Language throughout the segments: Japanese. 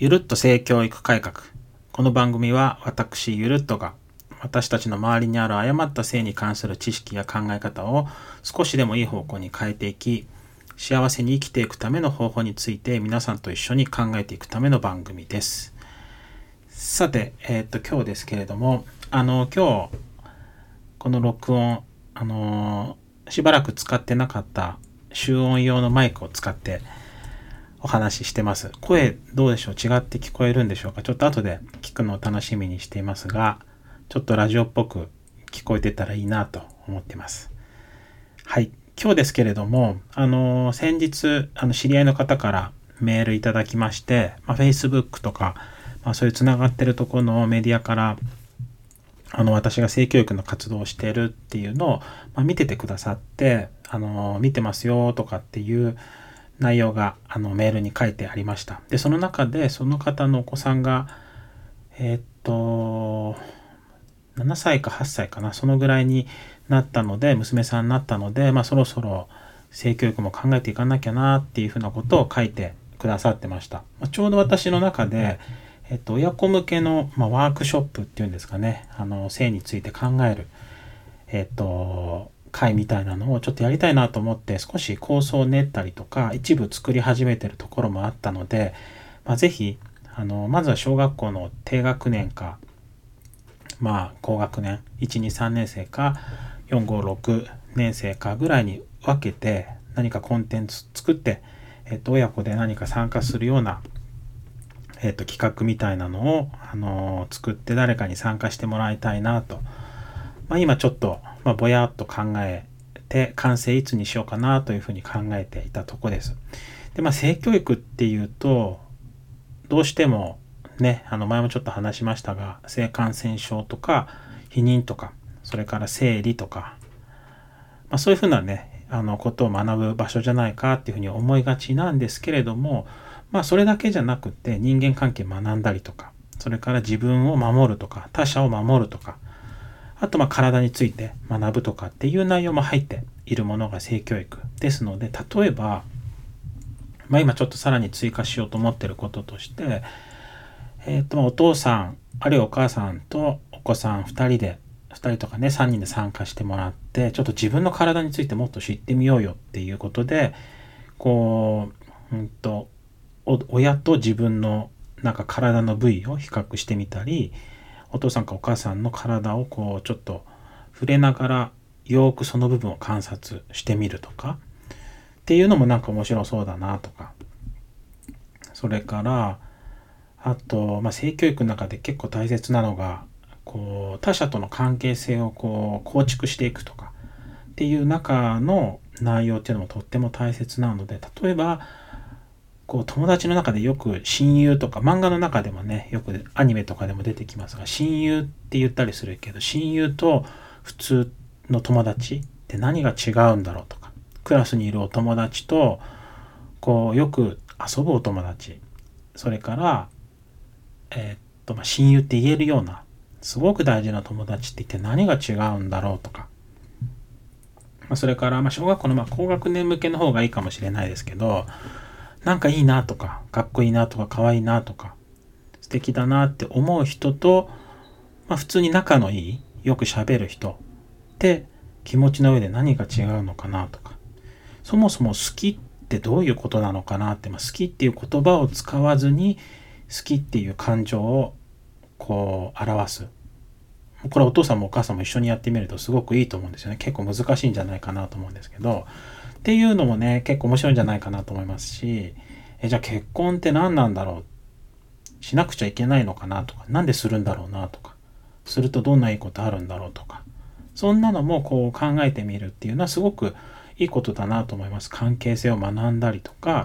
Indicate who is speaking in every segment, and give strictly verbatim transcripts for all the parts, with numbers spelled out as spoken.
Speaker 1: ゆるっと性教育改革。この番組は私ゆるっとが私たちの周りにある誤った性に関する知識や考え方を少しでもいい方向に変えていき、幸せに生きていくための方法について皆さんと一緒に考えていくための番組です。さて、えー、っと今日ですけれども、あの今日この録音、あのしばらく使ってなかった集音用のマイクを使ってお話ししてます。声どうでしょう？違って聞こえるんでしょうか？ちょっと後で聞くのを楽しみにしていますが、ちょっとラジオっぽく聞こえてたらいいなと思ってます。はい。今日ですけれども、あの、先日、あの、知り合いの方からメールいただきまして、まあ、Facebook とか、まあ、そういうつながってるところのメディアから、あの、私が性教育の活動をしているっていうのを、まあ、見ててくださって、あの、見てますよとかっていう内容があのメールに書いてありました。で、その中でその方のお子さんが、えー、っと、ななさいかはっさいかな、そのぐらいになったので、娘さんになったので、まあそろそろ性教育も考えていかなきゃなっていうふうなことを書いてくださってました。まあ、ちょうど私の中で、えっと、親子向けの、まあ、ワークショップっていうんですかね、あの、性について考える、えっと、会みたいなのをちょっとやりたいなと思って少し構想を練ったりとか一部作り始めてるところもあったので、まあ、ぜひあのまずは小学校の低学年かまあ高学年いちにさんねん生かよんごろくねん生かぐらいに分けて何かコンテンツ作って、えっと、親子で何か参加するような、えっと、企画みたいなのを、あのー、作って誰かに参加してもらいたいなと、まあ、今ちょっとまあ、ぼやっと考えて完成いつにしようかなというふうに考えていたとこです。で、まあ、性教育っていうとどうしてもね、あの前もちょっと話しましたが、性感染症とか避妊とか、それから生理とか、まあ、そういうふうなね、あのことを学ぶ場所じゃないかっていうふうに思いがちなんですけれども、まあそれだけじゃなくて人間関係学んだりとか、それから自分を守るとか、他者を守るとか、あとまあ体について学ぶとかっていう内容も入っているものが性教育ですので、例えば、まあ、今ちょっとさらに追加しようと思っていることとして、えっとお父さんあるいはお母さんとお子さんふたりでふたりとかねさんにんで参加してもらって、ちょっと自分の体についてもっと知ってみようよっていうことで、こう、うんと親と自分のなんか体の部位を比較してみたり、お父さんかお母さんの体をこうちょっと触れながらよくその部分を観察してみるとかっていうのもなんか面白そうだなとか、それからあと、まあ、性教育の中で結構大切なのがこう他者との関係性をこう構築していくとかっていう中の内容っていうのもとっても大切なので、例えばこう友達の中でよく親友とか、漫画の中でもねよくアニメとかでも出てきますが、親友って言ったりするけど、親友と普通の友達って何が違うんだろうとか、クラスにいるお友達とこうよく遊ぶお友達、それからえー、っとまあ親友って言えるようなすごく大事な友達って一体何が違うんだろうとか、まあ、それからまあ小学校のまあ高学年向けの方がいいかもしれないですけど、なんかいいなとか、かっこいいなとか、可愛いなとか、素敵だなって思う人と、まあ普通に仲のいい、よく喋る人って気持ちの上で何が違うのかなとか、そもそも好きってどういうことなのかなって、まあ、好きっていう言葉を使わずに好きっていう感情をこう表す。これお父さんもお母さんも一緒にやってみるとすごくいいと思うんですよね。結構難しいんじゃないかなと思うんですけど、っていうのもね結構面白いんじゃないかなと思いますし、えじゃあ結婚って何なんだろう、しなくちゃいけないのかなとか、なんでするんだろうなとか、するとどんないいことあるんだろうとか、そんなのもこう考えてみるっていうのはすごくいいことだなと思います。関係性を学んだりとか、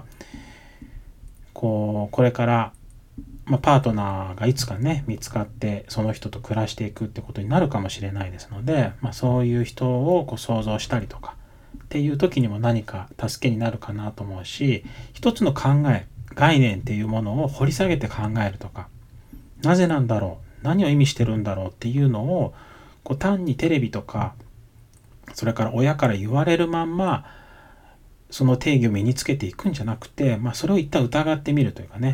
Speaker 1: こうこれからまあ、パートナーがいつかね見つかってその人と暮らしていくってことになるかもしれないですので、まあ、そういう人をこう想像したりとかっていう時にも何か助けになるかなと思うし、一つの考え概念っていうものを掘り下げて考えるとか、なぜなんだろう、何を意味してるんだろうっていうのをこう単にテレビとかそれから親から言われるまんまその定義を身につけていくんじゃなくて、まあ、それを一旦疑ってみるというかね、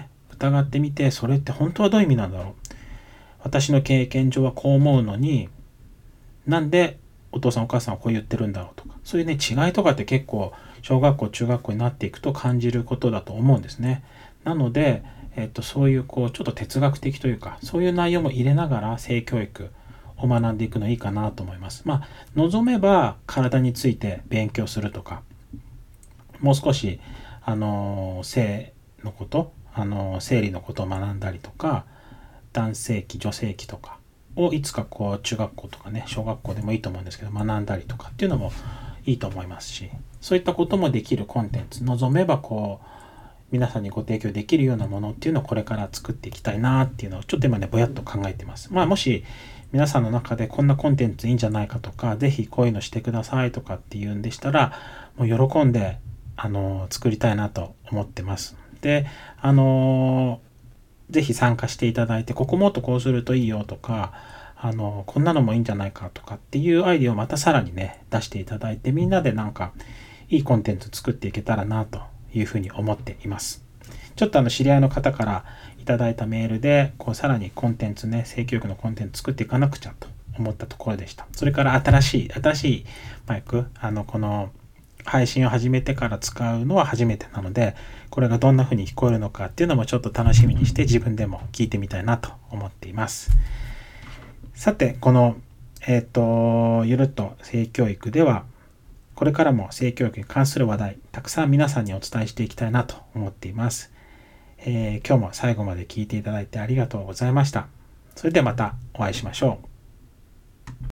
Speaker 1: 疑ってみて、それって本当はどういう意味なんだろう。私の経験上はこう思うのに、なんでお父さんお母さんはこう言ってるんだろうとか、そういうね、違いとかって結構小学校中学校になっていくと感じることだと思うんですね。なので、えっと、そういうこうちょっと哲学的というか、そういう内容も入れながら性教育を学んでいくのいいかなと思います。まあ望めば体について勉強するとか、もう少しあの性のこと、あの生理のことを学んだりとか、男性器女性器とかをいつかこう中学校とかね、小学校でもいいと思うんですけど学んだりとかっていうのもいいと思いますし、そういったこともできるコンテンツ、望めばこう皆さんにご提供できるようなものっていうのをこれから作っていきたいなっていうのをちょっと今ねぼやっと考えてます。まあもし皆さんの中でこんなコンテンツいいんじゃないかとか、ぜひこういうのしてくださいとかっていうんでしたら、もう喜んであの作りたいなと思ってます。で、あのぜひ参加していただいて、ここもっとこうするといいよとか、あのこんなのもいいんじゃないかとかっていうアイデアをまたさらにね出していただいて、みんなでなんかいいコンテンツ作っていけたらなというふうに思っています。ちょっとあの知り合いの方からいただいたメールで、こうさらにコンテンツね、性教育のコンテンツ作っていかなくちゃと思ったところでした。それから新しい新しいマイク、あのこの配信を始めてから使うのは初めてなので、これがどんな風に聞こえるのかっていうのもちょっと楽しみにして自分でも聞いてみたいなと思っています。さて、このえっとゆるっと性教育では、これからも性教育に関する話題たくさん皆さんにお伝えしていきたいなと思っています。えー、今日も最後まで聞いていただいてありがとうございました。それではまたお会いしましょう。